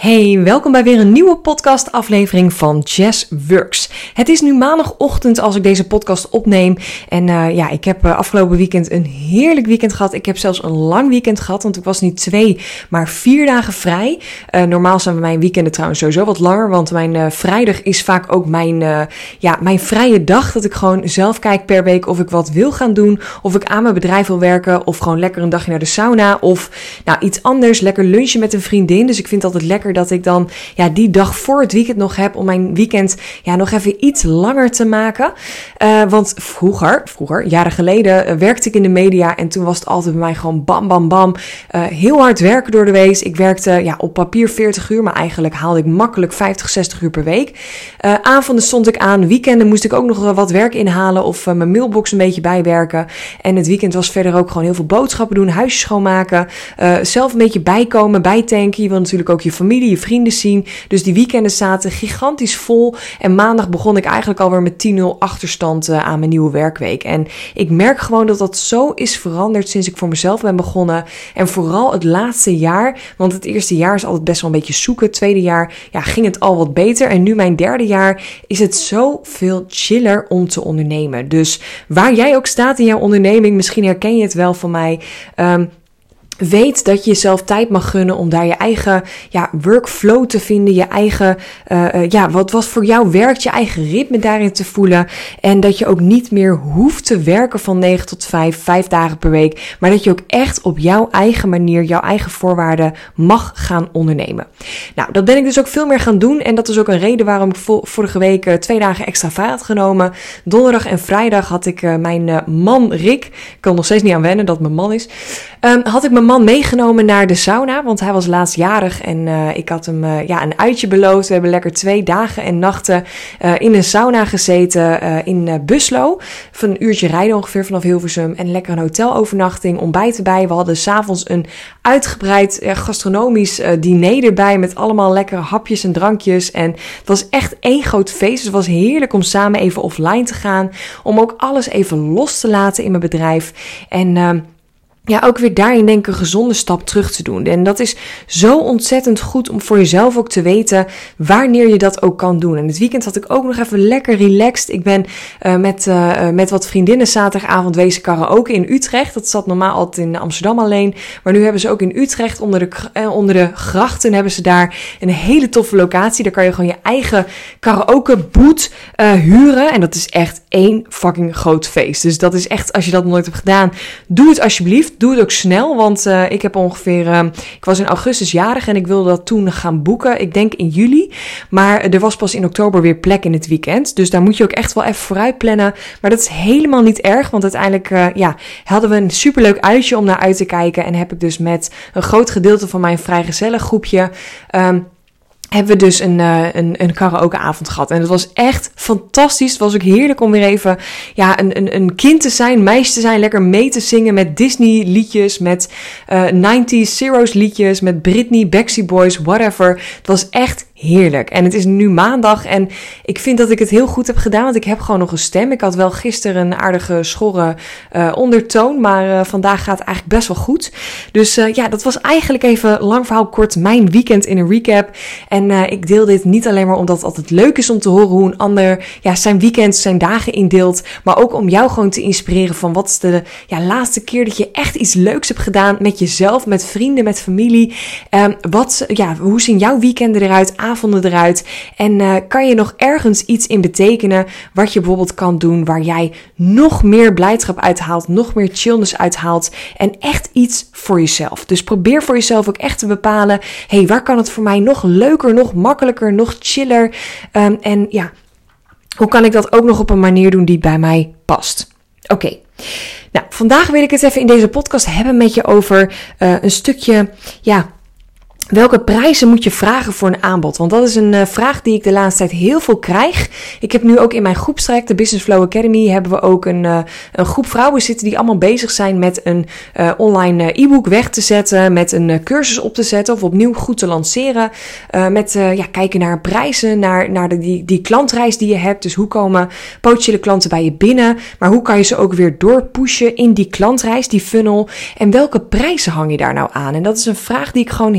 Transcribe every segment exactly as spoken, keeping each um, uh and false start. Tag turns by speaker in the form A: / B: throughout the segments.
A: Hey, welkom bij weer een nieuwe podcastaflevering van Jess Works. Het is nu maandagochtend als ik deze podcast opneem. En uh, ja, ik heb uh, afgelopen weekend een heerlijk weekend gehad. Ik heb zelfs een lang weekend gehad, want ik was niet twee, maar vier dagen vrij. Uh, normaal zijn mijn weekenden trouwens sowieso wat langer, want mijn uh, vrijdag is vaak ook mijn, uh, ja, mijn vrije dag. Dat ik gewoon zelf kijk per week of ik wat wil gaan doen, of ik aan mijn bedrijf wil werken, of gewoon lekker een dagje naar de sauna, of nou iets anders, lekker lunchen met een vriendin. Dus ik vind het altijd lekker dat ik dan ja, die dag voor het weekend nog heb om mijn weekend ja, nog even iets langer te maken. Uh, want vroeger, vroeger, jaren geleden, uh, werkte ik in de media en toen was het altijd bij mij gewoon bam, bam, bam. Uh, heel hard werken door de week. Ik werkte ja, op papier veertig uur, maar eigenlijk haalde ik makkelijk vijftig, zestig uur per week. Uh, avonden stond ik aan, weekenden moest ik ook nog wat werk inhalen of uh, mijn mailbox een beetje bijwerken. En het weekend was verder ook gewoon heel veel boodschappen doen, huisjes schoonmaken, uh, zelf een beetje bijkomen, bijtanken. Je wil natuurlijk ook je familie, je vrienden zien. Dus die weekenden zaten gigantisch vol. En maandag begon ik eigenlijk alweer met tien nul achterstand uh, aan mijn nieuwe werkweek. En ik merk gewoon dat dat zo is veranderd sinds ik voor mezelf ben begonnen. En vooral het laatste jaar. Want het eerste jaar is altijd best wel een beetje zoeken. Het tweede jaar ja, ging het al wat beter. En nu mijn derde jaar is het zoveel chiller om te ondernemen. Dus waar jij ook staat in jouw onderneming, misschien herken je het wel van mij. Um, Weet dat je jezelf tijd mag gunnen om daar je eigen ja, workflow te vinden, je eigen, uh, uh, ja, wat, wat voor jou werkt, je eigen ritme daarin te voelen. En dat je ook niet meer hoeft te werken van negen tot vijf, vijf dagen per week. Maar dat je ook echt op jouw eigen manier, jouw eigen voorwaarden mag gaan ondernemen. Nou, dat ben ik dus ook veel meer gaan doen. En dat is ook een reden waarom ik vorige week uh, twee dagen extra vrij had genomen. Donderdag en vrijdag had ik uh, mijn uh, man Rick, ik kan nog steeds niet aan wennen dat het mijn man is, um, had ik mijn man meegenomen naar de sauna, want hij was laatst jarig en uh, ik had hem uh, ja, een uitje beloofd. We hebben lekker twee dagen en nachten uh, in een sauna gezeten uh, in uh, Buslo. Van een uurtje rijden ongeveer vanaf Hilversum en lekker een hotelovernachting, ontbijt erbij. We hadden 's avonds een uitgebreid uh, gastronomisch uh, diner erbij met allemaal lekkere hapjes en drankjes. En het was echt één groot feest. Dus het was heerlijk om samen even offline te gaan, om ook alles even los te laten in mijn bedrijf. En uh, ja, ook weer daarin denk ik een gezonde stap terug te doen. En dat is zo ontzettend goed om voor jezelf ook te weten wanneer je dat ook kan doen. En het weekend had ik ook nog even lekker relaxed. Ik ben uh, met, uh, met wat vriendinnen zaterdagavond wezen karaoke in Utrecht. Dat zat normaal altijd in Amsterdam alleen. Maar nu hebben ze ook in Utrecht onder de, uh, onder de grachten hebben ze daar een hele toffe locatie. Daar kan je gewoon je eigen karaoke boot uh, huren. En dat is echt één fucking groot feest. Dus dat is echt, als je dat nog nooit hebt gedaan, doe het alsjeblieft. Doe het ook snel, want uh, ik heb ongeveer, uh, ik was in augustus jarig en ik wilde dat toen gaan boeken. Ik denk in juli, maar er was pas in oktober weer plek in het weekend. Dus daar moet je ook echt wel even vooruit plannen. Maar dat is helemaal niet erg, want uiteindelijk uh, ja, hadden we een superleuk uitje om naar uit te kijken. En heb ik dus met een groot gedeelte van mijn vrijgezellengroepje Um, hebben we dus een, uh, een, een karaokeavond gehad. En het was echt fantastisch. Het was ook heerlijk om weer even ja, een, een, een kind te zijn, meisje te zijn, lekker mee te zingen met Disney liedjes, met uh, nineties Zero's liedjes, met Britney, Backstreet Boys, whatever. Het was echt heerlijk. En het is nu maandag en ik vind dat ik het heel goed heb gedaan, want ik heb gewoon nog een stem. Ik had wel gisteren een aardige schorre uh, ondertoon, maar uh, vandaag gaat het eigenlijk best wel goed. Dus uh, ja, dat was eigenlijk even, lang verhaal kort, mijn weekend in een recap. En uh, ik deel dit niet alleen maar omdat het altijd leuk is om te horen hoe een ander ja, zijn weekend, zijn dagen indeelt, maar ook om jou gewoon te inspireren van wat is de ja, laatste keer dat je echt iets leuks hebt gedaan met jezelf, met vrienden, met familie. Um, wat, ja, hoe zien jouw weekenden eruit, avonden eruit? En uh, kan je nog ergens iets in betekenen wat je bijvoorbeeld kan doen waar jij nog meer blijdschap uithaalt, nog meer chillness uithaalt en echt iets voor jezelf. Dus probeer voor jezelf ook echt te bepalen, hey, waar kan het voor mij nog leuker, nog makkelijker, nog chiller? Um, en ja, hoe kan ik dat ook nog op een manier doen die bij mij past? Oké. Okay. Nou, vandaag wil ik het even in deze podcast hebben met je over uh, een stukje, ja, welke prijzen moet je vragen voor een aanbod? Want dat is een uh, vraag die ik de laatste tijd heel veel krijg. Ik heb nu ook in mijn groepstraject, de Business Flow Academy, hebben we ook een, uh, een groep vrouwen zitten die allemaal bezig zijn met een uh, online uh, e-book weg te zetten, met een uh, cursus op te zetten of opnieuw goed te lanceren. Uh, met uh, ja, kijken naar prijzen, naar, naar de, die, die klantreis die je hebt. Dus hoe komen potentiële klanten bij je binnen? Maar hoe kan je ze ook weer doorpushen in die klantreis, die funnel? En welke prijzen hang je daar nou aan? En dat is een vraag die ik gewoon heel vaak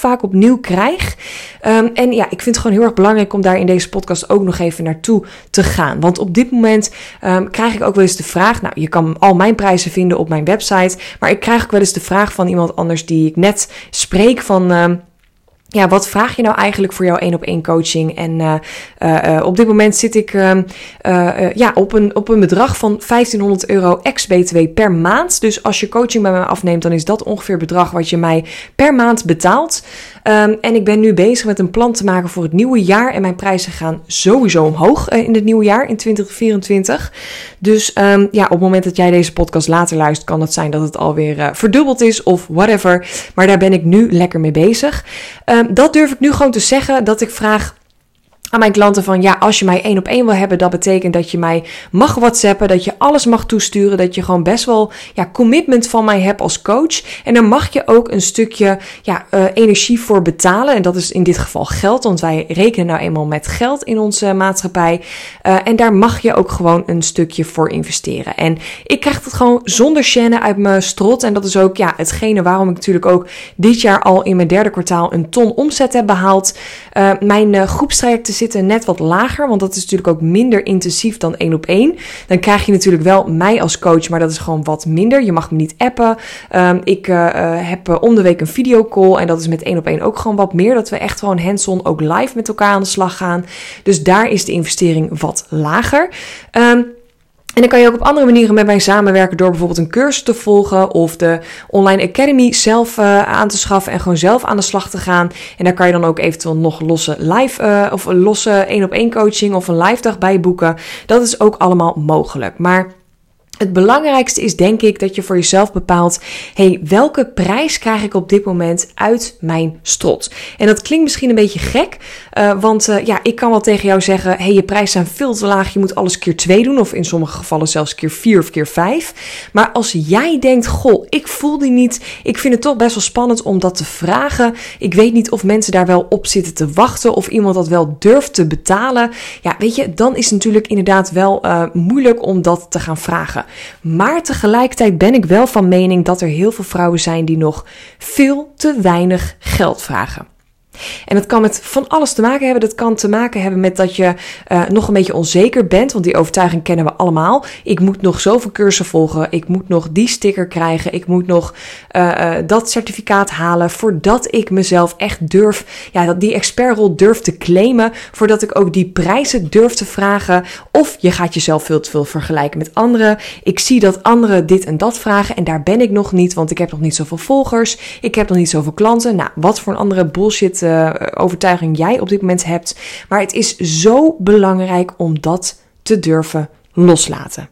A: vaak opnieuw krijg. Um, en ja, ik vind het gewoon heel erg belangrijk om daar in deze podcast ook nog even naartoe te gaan. Want op dit moment um, krijg ik ook wel eens de vraag, nou, je kan al mijn prijzen vinden op mijn website, maar ik krijg ook wel eens de vraag van iemand anders die ik net spreek van, Um, ja, wat vraag je nou eigenlijk voor jouw één op één coaching? En uh, uh, uh, op dit moment zit ik uh, uh, uh, ja, op, een, op een bedrag van vijftienhonderd euro ex-B T W per maand. Dus als je coaching bij mij afneemt, dan is dat ongeveer het bedrag wat je mij per maand betaalt. Um, en ik ben nu bezig met een plan te maken voor het nieuwe jaar. En mijn prijzen gaan sowieso omhoog uh, in het nieuwe jaar, in twintig vierentwintig. Dus um, ja, op het moment dat jij deze podcast later luistert, kan het zijn dat het alweer uh, verdubbeld is of whatever. Maar daar ben ik nu lekker mee bezig. Um, dat durf ik nu gewoon te zeggen, dat ik vraag aan mijn klanten van, ja, als je mij één op één wil hebben, dat betekent dat je mij mag whatsappen, dat je alles mag toesturen, dat je gewoon best wel, ja, commitment van mij hebt als coach. En daar mag je ook een stukje, ja, uh, energie voor betalen. En dat is in dit geval geld, want wij rekenen nou eenmaal met geld in onze maatschappij. Uh, en daar mag je ook gewoon een stukje voor investeren. En ik krijg het gewoon zonder chaîne uit mijn strot. En dat is ook, ja, hetgene waarom ik natuurlijk ook dit jaar al in mijn derde kwartaal een ton omzet heb behaald. Uh, mijn uh, groepstrajecten zitten net wat lager, want dat is natuurlijk ook minder intensief dan één op één. Dan krijg je natuurlijk wel mij als coach, maar dat is gewoon wat minder. Je mag me niet appen. Um, ik uh, uh, heb uh, om de week een videocall en dat is met één op één ook gewoon wat meer. Dat we echt gewoon hands-on ook live met elkaar aan de slag gaan. Dus daar is de investering wat lager. Um, En dan kan je ook op andere manieren met mij samenwerken door bijvoorbeeld een cursus te volgen of de online academy zelf uh, aan te schaffen en gewoon zelf aan de slag te gaan. En daar kan je dan ook eventueel nog losse live uh, of een losse één op één coaching of een live dag bij boeken. Dat is ook allemaal mogelijk. Maar het belangrijkste is denk ik dat je voor jezelf bepaalt, hey, welke prijs krijg ik op dit moment uit mijn strot? En dat klinkt misschien een beetje gek, uh, want uh, ja, ik kan wel tegen jou zeggen, hey, je prijzen zijn veel te laag, je moet alles keer twee doen, of in sommige gevallen zelfs keer vier of keer vijf. Maar als jij denkt, goh, ik voel die niet, ik vind het toch best wel spannend om dat te vragen, ik weet niet of mensen daar wel op zitten te wachten, of iemand dat wel durft te betalen, ja, weet je, dan is het natuurlijk inderdaad wel uh, moeilijk om dat te gaan vragen. Maar tegelijkertijd ben ik wel van mening dat er heel veel vrouwen zijn die nog veel te weinig geld vragen. En dat kan met van alles te maken hebben. Dat kan te maken hebben met dat je uh, nog een beetje onzeker bent. Want die overtuiging kennen we allemaal. Ik moet nog zoveel cursussen volgen. Ik moet nog die sticker krijgen. Ik moet nog uh, uh, dat certificaat halen. Voordat ik mezelf echt durf, ja, dat die expertrol durf te claimen. Voordat ik ook die prijzen durf te vragen. Of je gaat jezelf veel te veel vergelijken met anderen. Ik zie dat anderen dit en dat vragen. En daar ben ik nog niet. Want ik heb nog niet zoveel volgers. Ik heb nog niet zoveel klanten. Nou, wat voor een andere bullshit Uh, overtuiging jij op dit moment hebt. Maar het is zo belangrijk om dat te durven loslaten.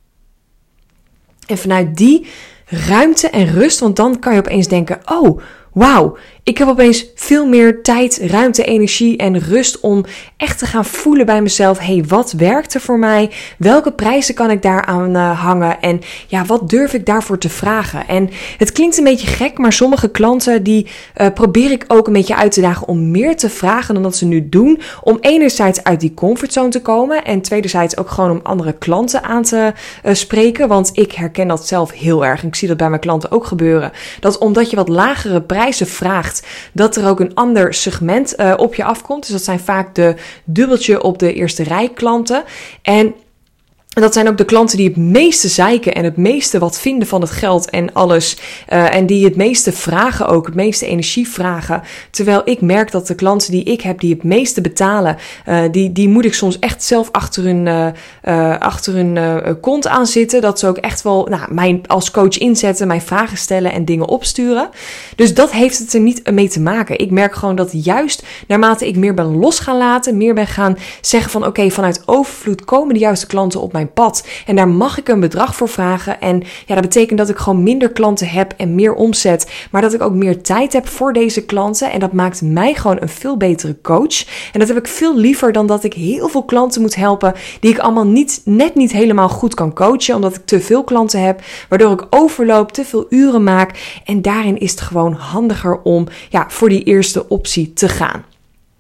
A: En vanuit die ruimte en rust, want dan kan je opeens denken, oh, wauw, ik heb opeens veel meer tijd, ruimte, energie en rust om echt te gaan voelen bij mezelf. Hey, wat werkt er voor mij? Welke prijzen kan ik daaraan uh, hangen? En ja, wat durf ik daarvoor te vragen? En het klinkt een beetje gek, maar sommige klanten die uh, probeer ik ook een beetje uit te dagen om meer te vragen dan dat ze nu doen. Om enerzijds uit die comfortzone te komen en tweederzijds ook gewoon om andere klanten aan te uh, spreken. Want ik herken dat zelf heel erg. En ik zie dat bij mijn klanten ook gebeuren. Dat omdat je wat lagere prijzen vraagt, dat er ook een ander segment uh, op je afkomt. Dus dat zijn vaak de dubbeltje op de eerste rij klanten. En dat zijn ook de klanten die het meeste zeiken en het meeste wat vinden van het geld en alles. Uh, en die het meeste vragen ook, het meeste energie vragen. Terwijl ik merk dat de klanten die ik heb, die het meeste betalen, uh, die, die moet ik soms echt zelf achter hun, uh, uh, achter hun uh, kont aan zitten. Dat ze ook echt wel nou, mij als coach inzetten, mij vragen stellen en dingen opsturen. Dus dat heeft het er niet mee te maken. Ik merk gewoon dat juist naarmate ik meer ben los gaan laten, meer ben gaan zeggen van oké, okay, vanuit overvloed komen de juiste klanten op mijn pad. En daar mag ik een bedrag voor vragen. En ja, dat betekent dat ik gewoon minder klanten heb en meer omzet. Maar dat ik ook meer tijd heb voor deze klanten. En dat maakt mij gewoon een veel betere coach. En dat heb ik veel liever dan dat ik heel veel klanten moet helpen die ik allemaal niet, net niet helemaal goed kan coachen. Omdat ik te veel klanten heb. Waardoor ik overloop, te veel uren maak. En daarin is het gewoon handiger om ja, voor die eerste optie te gaan.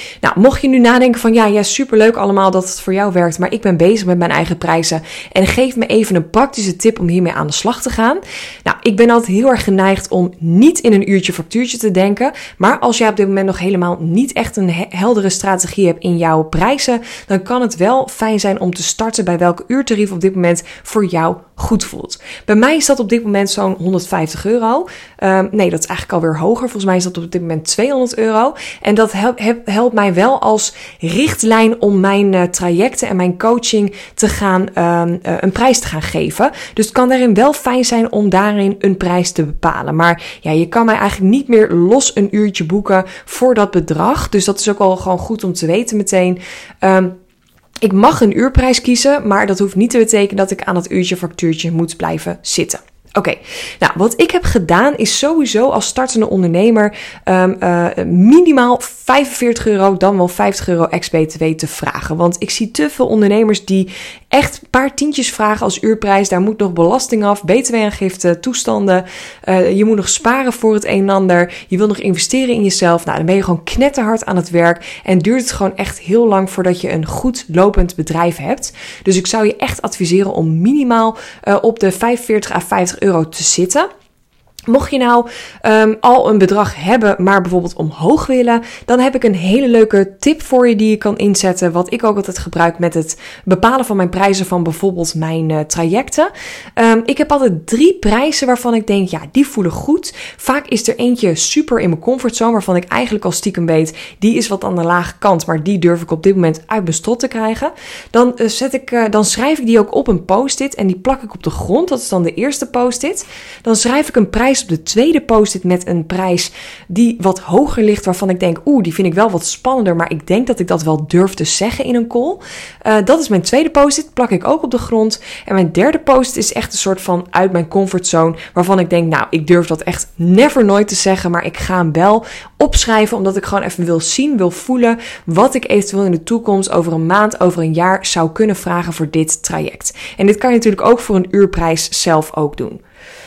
A: Nou, mocht je nu nadenken van ja, ja, superleuk allemaal dat het voor jou werkt, maar ik ben bezig met mijn eigen prijzen en geef me even een praktische tip om hiermee aan de slag te gaan. Nou, ik ben altijd heel erg geneigd om niet in een uurtje factuurtje te denken, maar als jij op dit moment nog helemaal niet echt een he- heldere strategie hebt in jouw prijzen, dan kan het wel fijn zijn om te starten bij welke uurtarief op dit moment voor jou goed voelt. Bij mij is dat op dit moment zo'n honderdvijftig euro. Um, nee, dat is eigenlijk alweer hoger. Volgens mij is dat op dit moment tweehonderd euro. En dat helpt, helpt mij wel als richtlijn om mijn uh, trajecten en mijn coaching te gaan, um, uh, een prijs te gaan geven. Dus het kan daarin wel fijn zijn om daarin een prijs te bepalen. Maar ja, je kan mij eigenlijk niet meer los een uurtje boeken voor dat bedrag. Dus dat is ook wel gewoon goed om te weten meteen. Um, Ik mag een uurprijs kiezen, maar dat hoeft niet te betekenen dat ik aan dat uurtje factuurtje moet blijven zitten. Oké, okay. Nou, wat ik heb gedaan is sowieso als startende ondernemer um, uh, minimaal vijfenveertig euro, dan wel vijftig euro ex-B T W te vragen. Want ik zie te veel ondernemers die echt een paar tientjes vragen als uurprijs. Daar moet nog belasting af, B T W-aangifte, toestanden. Uh, je moet nog sparen voor het een en ander. Je wil nog investeren in jezelf. Nou, dan ben je gewoon knetterhard aan het werk. En duurt het gewoon echt heel lang voordat je een goed lopend bedrijf hebt. Dus ik zou je echt adviseren om minimaal uh, op de vijfenveertig à vijftig euro te zitten. Mocht je nou um, al een bedrag hebben, maar bijvoorbeeld omhoog willen, dan heb ik een hele leuke tip voor je die je kan inzetten. Wat ik ook altijd gebruik met het bepalen van mijn prijzen van bijvoorbeeld mijn uh, trajecten. Um, ik heb altijd drie prijzen waarvan ik denk, ja, die voelen goed. Vaak is er eentje super in mijn comfortzone, waarvan ik eigenlijk al stiekem weet, die is wat aan de lage kant, maar die durf ik op dit moment uit mijn strot te krijgen. Dan, uh, zet ik, uh, dan schrijf ik die ook op een post-it en die plak ik op de grond. Dat is dan de eerste post-it. Dan schrijf ik een prijs op de tweede post-it met een prijs die wat hoger ligt, waarvan ik denk, oeh, die vind ik wel wat spannender, maar ik denk dat ik dat wel durf te zeggen in een call. Uh, dat is mijn tweede post-it, plak ik ook op de grond. En mijn derde post-it is echt een soort van uit mijn comfortzone, waarvan ik denk, nou, ik durf dat echt never nooit te zeggen, maar ik ga hem wel opschrijven, omdat ik gewoon even wil zien, wil voelen wat ik eventueel in de toekomst over een maand, over een jaar zou kunnen vragen voor dit traject. En dit kan je natuurlijk ook voor een uurprijs zelf ook doen.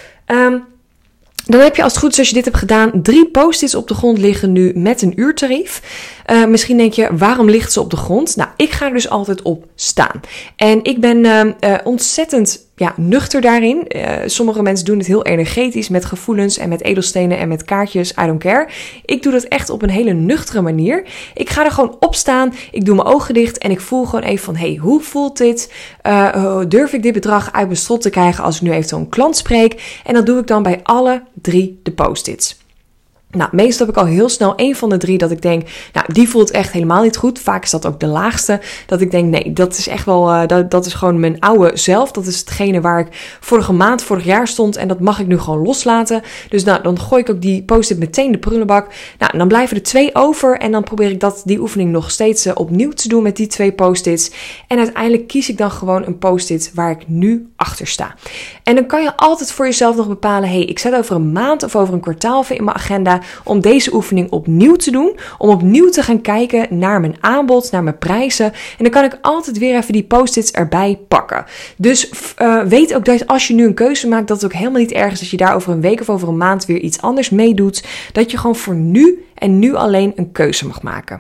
A: Um, Dan heb je als het goed is, als je dit hebt gedaan, drie post-its op de grond liggen nu met een uurtarief. Uh, misschien denk je, waarom ligt ze op de grond? Nou, ik ga er dus altijd op staan. En ik ben uh, uh, ontzettend ja, nuchter daarin. Uh, sommige mensen doen het heel energetisch met gevoelens en met edelstenen en met kaartjes. I don't care. Ik doe dat echt op een hele nuchtere manier. Ik ga er gewoon op staan. Ik doe mijn ogen dicht en ik voel gewoon even van, hey, hoe voelt dit? Uh, durf ik dit bedrag uit mijn strot te krijgen als ik nu even een klant spreek? En dat doe ik dan bij alle drie de post-its. Nou, meestal heb ik al heel snel één van de drie dat ik denk, nou, die voelt echt helemaal niet goed. Vaak is dat ook de laagste. Dat ik denk, nee, dat is echt wel, uh, dat, dat is gewoon mijn oude zelf. Dat is hetgene waar ik vorige maand, vorig jaar stond en dat mag ik nu gewoon loslaten. Dus nou, dan gooi ik ook die post-it meteen de prullenbak. Nou, en dan blijven er twee over en dan probeer ik dat, die oefening nog steeds uh, opnieuw te doen met die twee post-its. En uiteindelijk kies ik dan gewoon een post-it waar ik nu achter sta. En dan kan je altijd voor jezelf nog bepalen, hey, ik zet over een maand of over een kwartaal even in mijn agenda om deze oefening opnieuw te doen. Om opnieuw te gaan kijken naar mijn aanbod, naar mijn prijzen. En dan kan ik altijd weer even die post-its erbij pakken. Dus uh, weet ook dat als je nu een keuze maakt, dat het ook helemaal niet erg is dat je daar over een week of over een maand weer iets anders mee doet. Dat je gewoon voor nu en nu alleen een keuze mag maken.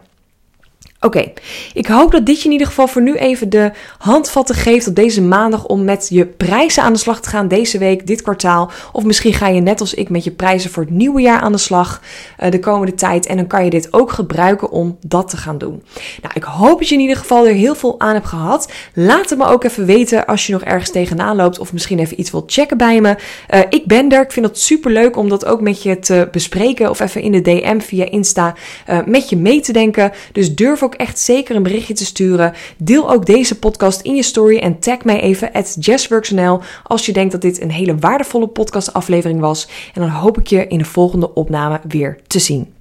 A: Oké, okay. Ik hoop dat dit je in ieder geval voor nu even de handvatten geeft op deze maandag om met je prijzen aan de slag te gaan deze week, dit kwartaal. Of misschien ga je net als ik met je prijzen voor het nieuwe jaar aan de slag uh, de komende tijd. En dan kan je dit ook gebruiken om dat te gaan doen. Nou, ik hoop dat je in ieder geval er heel veel aan hebt gehad. Laat het me ook even weten als je nog ergens tegenaan loopt of misschien even iets wilt checken bij me. Uh, ik ben er. Ik vind het super leuk om dat ook met je te bespreken of even in de D M via Insta uh, met je mee te denken. Dus durf ook echt zeker een berichtje te sturen. Deel ook deze podcast in je story en tag mij even at jessworks punt n l als je denkt dat dit een hele waardevolle podcastaflevering was. En dan hoop ik je in de volgende opname weer te zien.